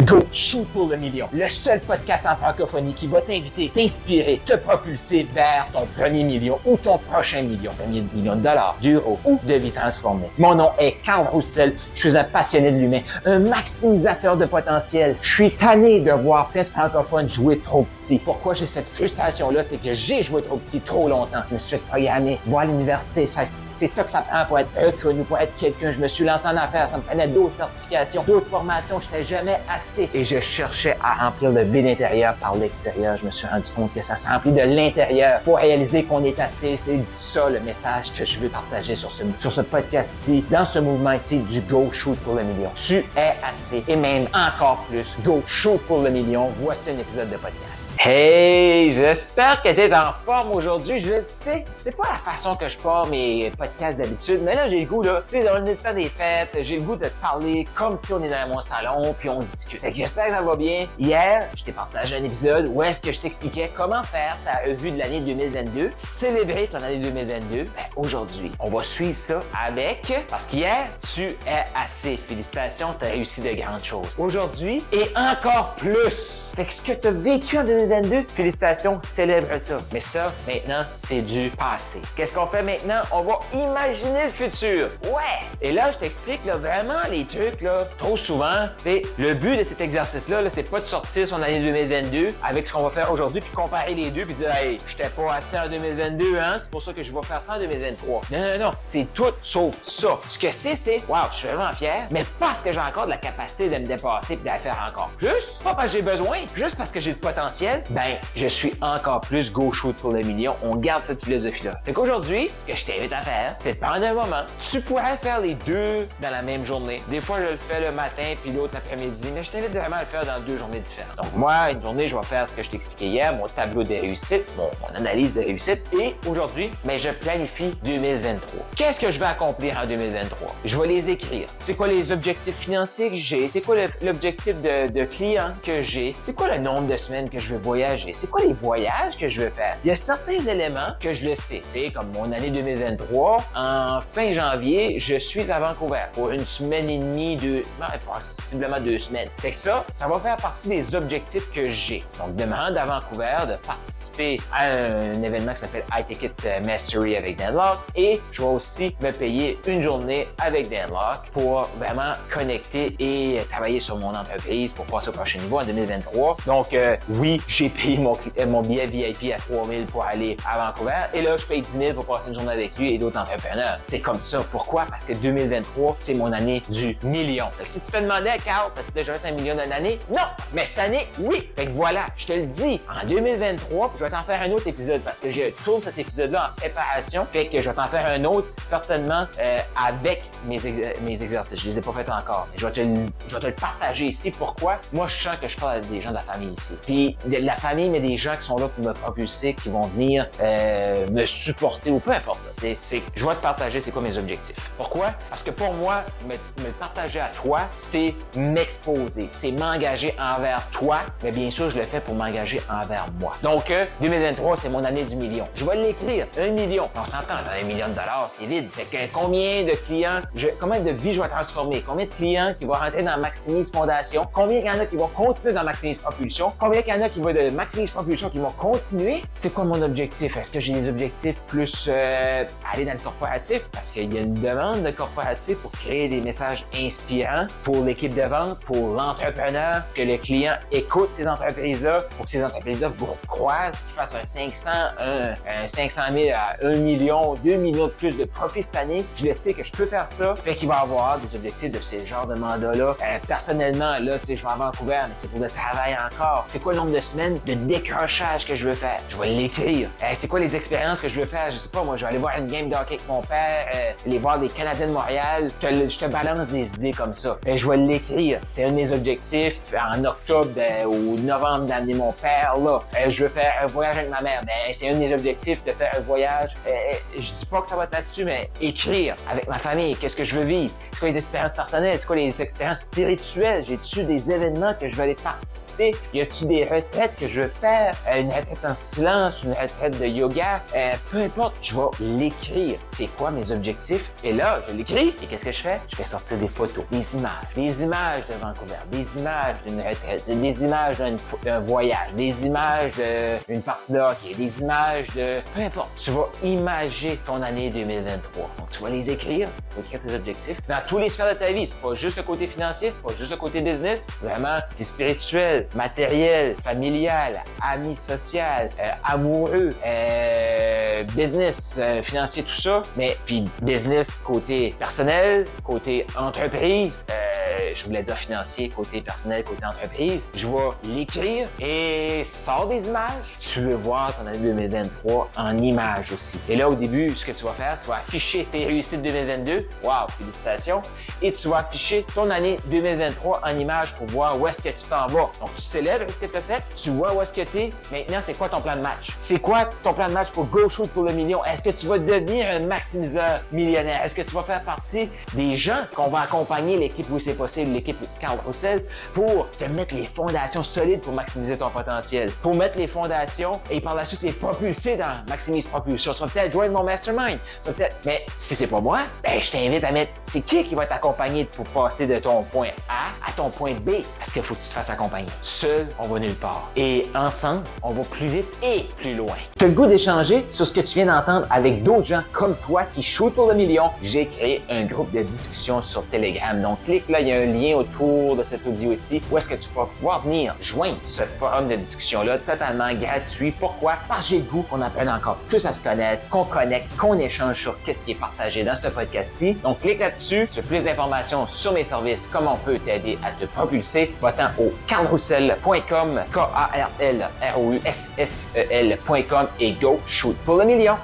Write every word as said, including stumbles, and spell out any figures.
Go Shoot pour le million, le seul podcast en francophonie qui va t'inviter, t'inspirer, te propulser vers ton premier million ou ton prochain million, premier million de dollars, d'euros ou de vie transformée. Mon nom est Carl Roussel, je suis un passionné de l'humain, un maximisateur de potentiel. Je suis tanné de voir plein de francophones jouer trop petit. Pourquoi j'ai cette frustration-là? C'est que j'ai joué trop petit trop longtemps. Je me suis fait programmer, voir l'université, ça, c'est ça que ça prend pour être reconnu, pour être quelqu'un. Je me suis lancé en affaires, ça me prenait d'autres certifications, d'autres formations, j'étais jamais assez. Et je cherchais à remplir le vide intérieur par l'extérieur. Je me suis rendu compte que ça se remplit de l'intérieur. Faut réaliser qu'on est assez. C'est ça le message que je veux partager sur ce, sur ce podcast-ci, dans ce mouvement ici du Go Shoot pour le million. Tu es assez et même encore plus. Go Shoot pour le million. Voici un épisode de podcast. Hey, j'espère que tu es en forme aujourd'hui. Je sais, c'est pas la façon que je pars mes podcasts d'habitude, mais là, j'ai le goût, là, tu sais, dans le temps des fêtes, j'ai le goût de te parler comme si on est dans mon salon puis on discute. Fait que j'espère que ça va bien. Hier, je t'ai partagé un épisode où est-ce que je t'expliquais comment faire ta revue de l'année deux mille vingt-deux, célébrer ton année deux mille vingt-deux. Ben, aujourd'hui, on va suivre ça avec, parce qu'hier, tu es assez. Félicitations, tu as réussi de grandes choses. Aujourd'hui, et encore plus. Fait que ce que tu as vécu en deux mille vingt-deux, félicitations, célèbre ça. Mais ça, maintenant, c'est du passé. Qu'est-ce qu'on fait maintenant? On va imaginer le futur. Ouais! Et là, je t'explique, là, vraiment, les trucs, là, trop souvent, tu sais, le but de cet exercice-là, là, c'est pas de sortir son année deux mille vingt-deux avec ce qu'on va faire aujourd'hui, puis comparer les deux, puis dire, hey, j'étais pas assez en deux mille vingt-deux, hein, c'est pour ça que je vais faire ça en deux mille vingt-trois. Non, non, non, c'est tout sauf ça. Ce que c'est, c'est, wow, je suis vraiment fier, mais parce que j'ai encore de la capacité de me dépasser puis de la faire encore plus, pas parce que j'ai besoin, juste parce que j'ai le potentiel, ben, je suis encore plus Go Shoot pour le million. On garde cette philosophie-là. Fait qu'aujourd'hui, ce que je t'invite à faire, c'est de prendre un moment. Tu pourrais faire les deux dans la même journée. Des fois, je le fais le matin puis l'autre l'après-midi, mais je t'invite vraiment à le faire dans deux journées différentes. Donc, moi, une journée, je vais faire ce que je t'ai expliqué hier, mon tableau de réussite, mon, mon analyse de réussite. Et aujourd'hui, ben, je planifie deux mille vingt-trois. Qu'est-ce que je vais accomplir en deux mille vingt-trois? Je vais les écrire. C'est quoi les objectifs financiers que j'ai? C'est quoi le, l'objectif de, de clients que j'ai? C'est quoi le nombre de semaines que je veux voyager? C'est quoi les voyages que je veux faire? Il y a certains éléments que je le sais. Tu sais, comme mon année deux mille vingt-trois, en fin janvier, je suis à Vancouver pour une semaine et demie, deux, non, possiblement deux semaines. Fait que ça, ça va faire partie des objectifs que j'ai. Donc, de me rendre à Vancouver, de participer à un événement qui s'appelle iTicket Mastery avec Dan Lok, et je vais aussi me payer une journée avec Dan Lok pour vraiment connecter et travailler sur mon entreprise pour passer au prochain niveau en deux mille vingt-trois. Donc, euh, oui, j'ai payé mon, mon billet V I P à trois mille pour aller à Vancouver, et là, je paye dix mille pour passer une journée avec lui et d'autres entrepreneurs. C'est comme ça. Pourquoi? Parce que deux mille vingt-trois, c'est mon année du million. Fait que si tu te demandais, Carl, as-tu déjà fait un million d'une année? Non! Mais cette année, oui! Fait que voilà, je te le dis, en deux mille vingt-trois, je vais t'en faire un autre épisode parce que je tourne cet épisode-là en préparation. Fait que je vais t'en faire un autre, certainement, euh, avec mes, ex- mes exercices. Je les ai pas faits encore. Je vais, te le, je vais te le partager ici. Pourquoi? Moi, je sens que je parle à des gens de la famille ici. Puis, de la famille, mais des gens qui sont là pour me propulser, qui vont venir euh, me supporter ou peu importe. Là, c'est, je vais te partager c'est quoi mes objectifs. Pourquoi? Parce que pour moi, me, me partager à toi, c'est m'exposer, c'est m'engager envers toi, mais bien sûr, je le fais pour m'engager envers moi. Donc, euh, deux mille vingt-trois, c'est mon année du million. Je vais l'écrire, un million. On s'entend, là, un million de dollars, c'est vide. Fait que combien de clients, je, combien de vies je vais transformer? Combien de clients qui vont rentrer dans Maximise Fondation? Combien il y en a qui vont continuer dans Maximise Propulsion? Combien il y en a qui vont de Maximise Propulsion qui vont continuer? C'est quoi mon objectif? Est-ce que j'ai des objectifs plus euh, aller dans le corporatif? Parce qu'il y a une demande de corporatif pour créer des messages inspirants pour l'équipe de vente, pour l'entrepreneur, que le client écoute ces entreprises-là, pour que ces entreprises-là vous croisent, qu'ils fassent un cinq cents, un, un cinq cent mille à un million, deux millions de plus de profit cette année. Je le sais que je peux faire ça. Fait qu'il va y avoir des objectifs de ce genre de mandat-là. Euh, personnellement, là, tu sais, je vais à Vancouver, mais c'est pour le travail encore. C'est quoi le nombre de semaines de décrochage que je veux faire? Je vais l'écrire. Euh, c'est quoi les expériences que je veux faire? Je sais pas, moi, je vais aller voir une game de hockey avec mon père, euh, aller voir les Canadiens de Montréal. Je te, je te balance des idées comme ça. Euh, je vais l'écrire. C'est un de mes objectifs en octobre euh, ou novembre d'amener mon père là. Euh, je veux faire un voyage avec ma mère. Ben, c'est un de mes objectifs de faire un voyage. Euh, je dis pas que ça va être là-dessus, mais écrire avec ma famille. Qu'est-ce que je veux vivre? C'est quoi les expériences personnelles? C'est quoi les expériences spirituelles? J'ai-tu des événements que je vais aller participer? Y a-tu des retraites que je veux faire? Euh, une retraite en silence, une retraite de yoga? Euh, peu importe, je vais l'écrire. C'est quoi mes objectifs? Et là, je l'écris. Et qu'est-ce que je fais? Je fais sortir des photos, des images, des images de Vancouver, des images d'une retraite, des images d'un, d'un voyage, des images d'une partie de hockey, des images de... Peu importe. Tu vas imager ton année deux mille vingt-trois. Donc, tu vas les écrire, tu vas écrire tes objectifs dans tous les sphères de ta vie. C'est pas juste le côté financier, c'est pas juste le côté business. Vraiment, c'est spirituel, matériel, familial, ami social, euh, amoureux, euh, business, euh, financier, tout ça. Mais puis business côté personnel, côté entreprise, euh, je voulais dire financier, côté personnel, côté entreprise. Je vais l'écrire et sors des images. Tu veux voir ton année deux mille vingt-trois en images aussi. Et là, au début, ce que tu vas faire, tu vas afficher tes réussites deux mille vingt-deux. Wow, félicitations. Et tu vas afficher ton année deux mille vingt-trois en images pour voir où est-ce que tu t'en vas. Donc, tu célèbres ce que tu as fait, tu vois où est-ce que tu es. Maintenant, c'est quoi ton plan de match? C'est quoi ton plan de match pour Go Shoot pour le million? Est-ce que tu vas devenir un maximiseur millionnaire? Est-ce que tu vas faire partie des gens qu'on va accompagner, l'équipe où c'est possible, l'équipe Carl Roussel, pour te mettre les fondations solides pour maximiser ton potentiel, pour mettre les fondations et par la suite les propulser dans Maximise Propulsion. Tu vas peut-être joindre mon mastermind. Tu vas peut-être... Mais si c'est pas moi, ben je t'invite à mettre c'est qui qui va t'accompagner pour passer de ton point A à ton point B. Parce qu'il faut que tu te fasses accompagner. Seul, on va nulle part. Et ensemble, on va plus vite et plus loin. Tu as le goût d'échanger sur ce que tu viens d'entendre avec d'autres gens comme toi qui shootent pour le million? J'ai créé un groupe de discussion sur Telegram. Donc, clique là, il y a un lien autour de cet audio ici où est-ce que tu vas pouvoir venir joindre ce forum de discussion-là totalement gratuit. Pourquoi? Parce que j'ai le goût qu'on apprenne encore plus à se connaître, qu'on connecte, qu'on échange sur qu'est-ce qui est partagé dans ce podcast-ci. Donc, clique là-dessus. Tu as plus d'informations sur mes services, comment on peut t'aider à te propulser. Va-t'en au carl roussel point com, K A R L R O U S S E L point com et go shoot pour le million.